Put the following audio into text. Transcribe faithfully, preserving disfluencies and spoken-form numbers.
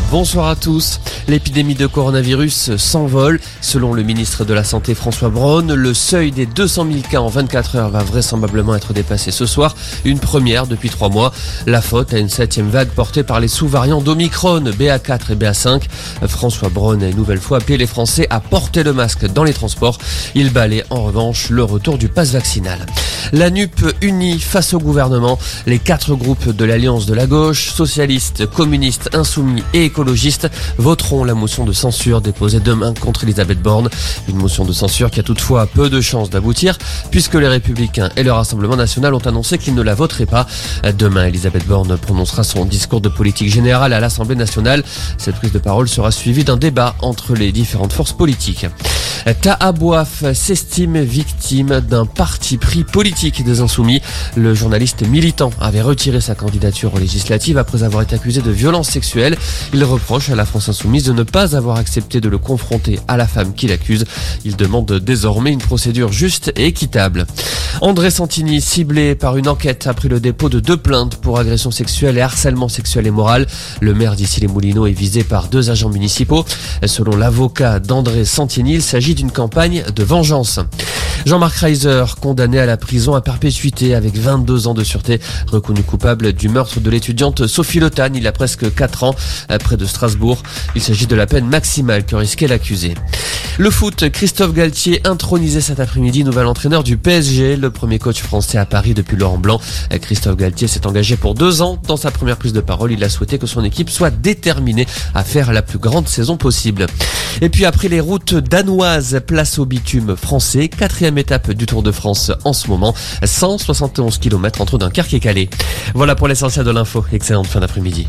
Bonsoir à tous. L'épidémie de coronavirus s'envole. Selon le ministre de la Santé François Braun, le seuil des deux cent mille cas en vingt-quatre heures va vraisemblablement être dépassé ce soir. Une première depuis trois mois. La faute à une septième vague portée par les sous-variants d'Omicron, B A quatre et B A cinq. François Braun a une nouvelle fois appelé les Français à porter le masque dans les transports. Il balaie en revanche le retour du pass vaccinal. La N U P unie face au gouvernement. Les quatre groupes de l'Alliance de la gauche, socialistes, communistes, insoumis et écologistes, voteront la motion de censure déposée demain contre Elisabeth Borne. Une motion de censure qui a toutefois peu de chances d'aboutir puisque les Républicains et le Rassemblement national ont annoncé qu'ils ne la voteraient pas. Demain, Elisabeth Borne prononcera son discours de politique générale à l'Assemblée nationale. Cette prise de parole sera suivie d'un débat entre les différentes forces politiques. Taha Bouaf s'estime victime d'un parti pris politique des Insoumis. Le journaliste militant avait retiré sa candidature aux législatives après avoir été accusé de violences sexuelles. Il reproche à la France Insoumise de ne pas avoir accepté de le confronter à la femme qui l'accuse. Il demande désormais une procédure juste et équitable. André Santini, ciblé par une enquête après le dépôt de deux plaintes pour agression sexuelle et harcèlement sexuel et moral. Le maire d'Issy-les-Moulineaux est visé par deux agents municipaux. Selon l'avocat d'André Santini, il s'agit d'une campagne de vengeance. Jean-Marc Reiser, condamné à la prison à perpétuité avec vingt-deux ans de sûreté, reconnu coupable du meurtre de l'étudiante Sophie Le Tan il y a presque quatre ans, près de Strasbourg. Il s'agit de la peine maximale que risquait l'accusé. Le foot, Christophe Galtier intronisé cet après-midi, nouvel entraîneur du P S G, le premier coach français à Paris depuis Laurent Blanc. Christophe Galtier s'est engagé pour deux ans. Dans sa première prise de parole, il a souhaité que son équipe soit déterminée à faire la plus grande saison possible. Et puis après les routes danoises, place au bitume français, quatrième étape du Tour de France en ce moment, cent soixante et onze kilomètres entre Dunkerque et Calais. Voilà pour l'essentiel de l'info. Excellente fin d'après-midi.